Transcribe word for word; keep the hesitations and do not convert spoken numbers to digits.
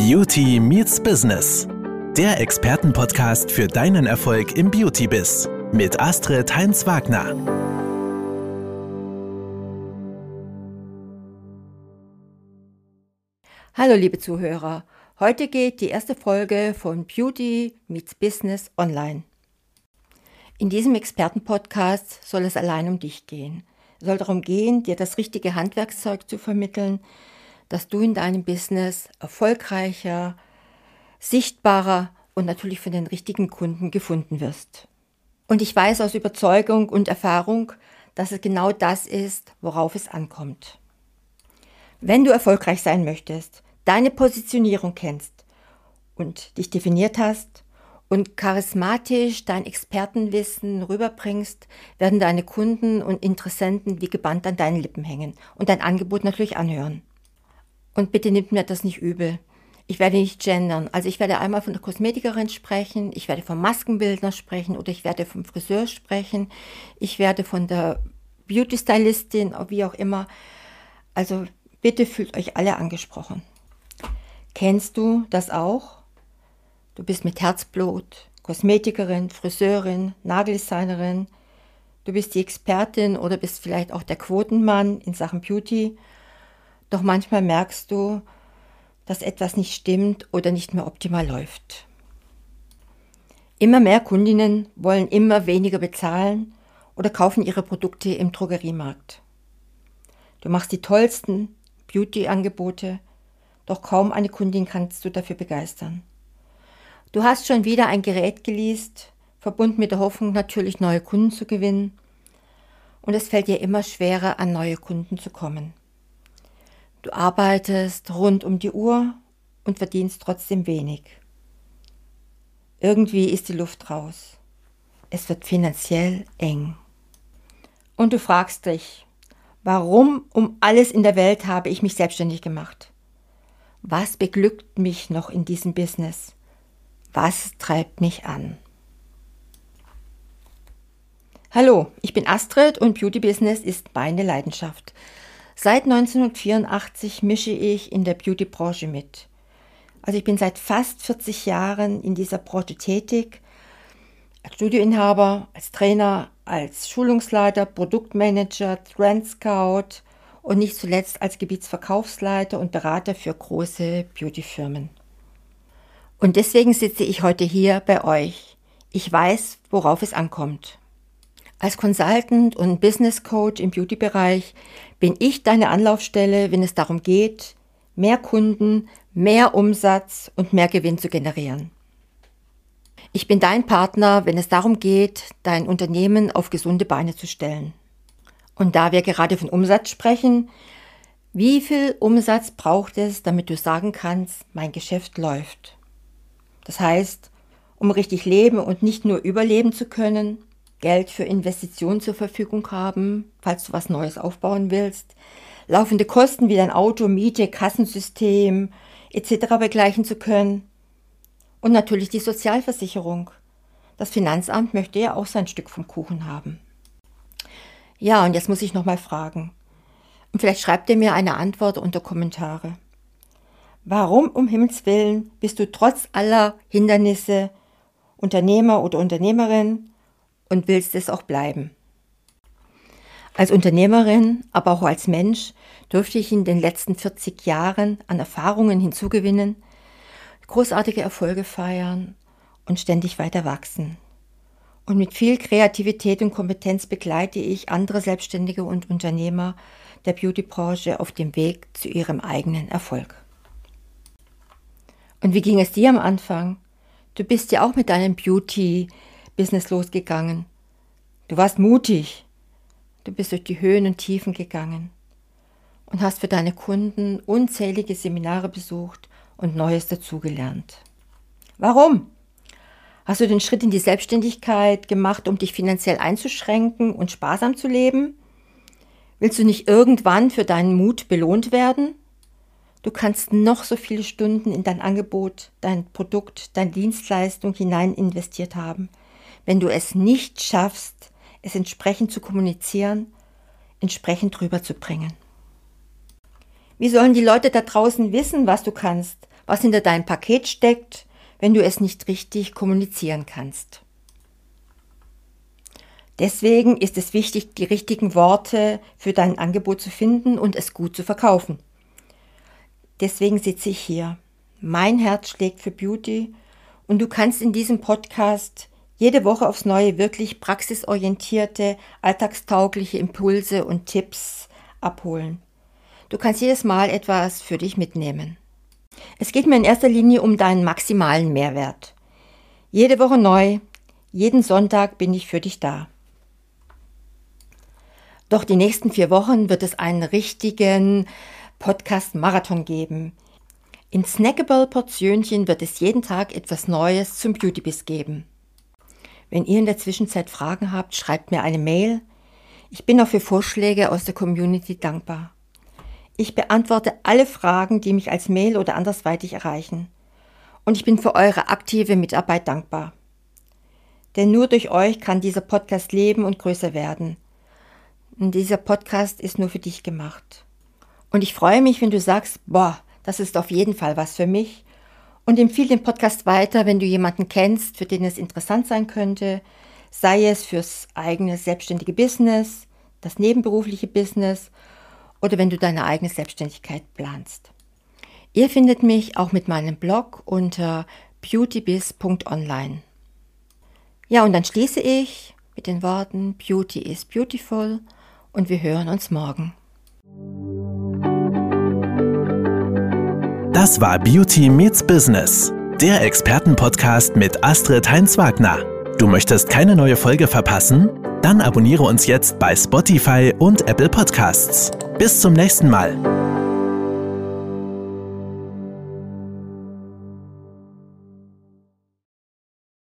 Beauty meets Business. Der Expertenpodcast für deinen Erfolg im Beauty-Biz mit Astrid Heinz-Wagner. Hallo liebe Zuhörer, heute geht die erste Folge von Beauty meets Business online. In diesem Expertenpodcast soll es allein um dich gehen. Es soll darum gehen, dir das richtige Handwerkszeug zu vermitteln, dass du in deinem Business erfolgreicher, sichtbarer und natürlich von den richtigen Kunden gefunden wirst. Und ich weiß aus Überzeugung und Erfahrung, dass es genau das ist, worauf es ankommt. Wenn du erfolgreich sein möchtest, deine Positionierung kennst und dich definiert hast und charismatisch dein Expertenwissen rüberbringst, werden deine Kunden und Interessenten wie gebannt an deinen Lippen hängen und dein Angebot natürlich anhören. Und bitte nimmt mir das nicht übel. Ich werde nicht gendern. Also ich werde einmal von der Kosmetikerin sprechen, ich werde vom Maskenbildner sprechen oder ich werde vom Friseur sprechen, ich werde von der Beauty-Stylistin, wie auch immer. Also bitte fühlt euch alle angesprochen. Kennst du das auch? Du bist mit Herzblut Kosmetikerin, Friseurin, Nageldesignerin. Du bist die Expertin oder bist vielleicht auch der Quotenmann in Sachen Beauty. Doch manchmal merkst du, dass etwas nicht stimmt oder nicht mehr optimal läuft. Immer mehr Kundinnen wollen immer weniger bezahlen oder kaufen ihre Produkte im Drogeriemarkt. Du machst die tollsten Beauty-Angebote, doch kaum eine Kundin kannst du dafür begeistern. Du hast schon wieder ein Gerät geleast, verbunden mit der Hoffnung natürlich neue Kunden zu gewinnen, und es fällt dir immer schwerer, an neue Kunden zu kommen. Du arbeitest rund um die Uhr und verdienst trotzdem wenig. Irgendwie ist die Luft raus. Es wird finanziell eng. Und du fragst dich, warum um alles in der Welt habe ich mich selbstständig gemacht? Was beglückt mich noch in diesem Business? Was treibt mich an? Hallo, ich bin Astrid und Beauty Business ist meine Leidenschaft. Seit neunzehnhundertvierundachtzig mische ich in der Beauty-Branche mit. Also ich bin seit fast vierzig Jahren in dieser Branche tätig, als Studioinhaber, als Trainer, als Schulungsleiter, Produktmanager, Trend Scout und nicht zuletzt als Gebietsverkaufsleiter und Berater für große Beautyfirmen. Und deswegen sitze ich heute hier bei euch. Ich weiß, worauf es ankommt. Als Consultant und Business Coach im Beauty-Bereich bin ich deine Anlaufstelle, wenn es darum geht, mehr Kunden, mehr Umsatz und mehr Gewinn zu generieren. Ich bin dein Partner, wenn es darum geht, dein Unternehmen auf gesunde Beine zu stellen. Und da wir gerade von Umsatz sprechen, wie viel Umsatz braucht es, damit du sagen kannst, mein Geschäft läuft? Das heißt, um richtig leben und nicht nur überleben zu können, Geld für Investitionen zur Verfügung haben, falls du was Neues aufbauen willst, laufende Kosten wie dein Auto, Miete, Kassensystem et cetera begleichen zu können und natürlich die Sozialversicherung. Das Finanzamt möchte ja auch sein Stück vom Kuchen haben. Ja, und jetzt muss ich nochmal fragen, und vielleicht schreibt ihr mir eine Antwort unter Kommentare. Warum um Himmels Willen bist du trotz aller Hindernisse Unternehmer oder Unternehmerin und willst es auch bleiben? Als Unternehmerin, aber auch als Mensch, durfte ich in den letzten vierzig Jahren an Erfahrungen hinzugewinnen, großartige Erfolge feiern und ständig weiter wachsen. Und mit viel Kreativität und Kompetenz begleite ich andere Selbstständige und Unternehmer der Beautybranche auf dem Weg zu ihrem eigenen Erfolg. Und wie ging es dir am Anfang? Du bist ja auch mit deinem Beauty-Business losgegangen. Du warst mutig. Du bist durch die Höhen und Tiefen gegangen und hast für deine Kunden unzählige Seminare besucht und Neues dazugelernt. Warum? Hast du den Schritt in die Selbstständigkeit gemacht, um dich finanziell einzuschränken und sparsam zu leben? Willst du nicht irgendwann für deinen Mut belohnt werden? Du kannst noch so viele Stunden in dein Angebot, dein Produkt, deine Dienstleistung hinein investiert haben. Wenn du es nicht schaffst, es entsprechend zu kommunizieren, entsprechend rüberzubringen. Wie sollen die Leute da draußen wissen, was du kannst, was hinter deinem Paket steckt, wenn du es nicht richtig kommunizieren kannst. Deswegen ist es wichtig, die richtigen Worte für dein Angebot zu finden und es gut zu verkaufen. Deswegen sitze ich hier. Mein Herz schlägt für Beauty und du kannst in diesem Podcast jede Woche aufs Neue wirklich praxisorientierte, alltagstaugliche Impulse und Tipps abholen. Du kannst jedes Mal etwas für dich mitnehmen. Es geht mir in erster Linie um deinen maximalen Mehrwert. Jede Woche neu, jeden Sonntag bin ich für dich da. Doch die nächsten vier Wochen wird es einen richtigen Podcast-Marathon geben. In snackable Portionchen wird es jeden Tag etwas Neues zum Beauty-Biss geben. Wenn ihr in der Zwischenzeit Fragen habt, schreibt mir eine Mail. Ich bin auch für Vorschläge aus der Community dankbar. Ich beantworte alle Fragen, die mich als Mail oder andersweitig erreichen. Und ich bin für eure aktive Mitarbeit dankbar. Denn nur durch euch kann dieser Podcast leben und größer werden. Und dieser Podcast ist nur für dich gemacht. Und ich freue mich, wenn du sagst, boah, das ist auf jeden Fall was für mich. Und empfehle den Podcast weiter, wenn du jemanden kennst, für den es interessant sein könnte, sei es fürs eigene selbstständige Business, das nebenberufliche Business oder wenn du deine eigene Selbstständigkeit planst. Ihr findet mich auch mit meinem Blog unter beautybiz punkt online. Ja, und dann schließe ich mit den Worten Beauty is beautiful und wir hören uns morgen. Das war Beauty Meets Business, der Expertenpodcast mit Astrid Heinz-Wagner. Du möchtest keine neue Folge verpassen? Dann abonniere uns jetzt bei Spotify und Apple Podcasts. Bis zum nächsten Mal.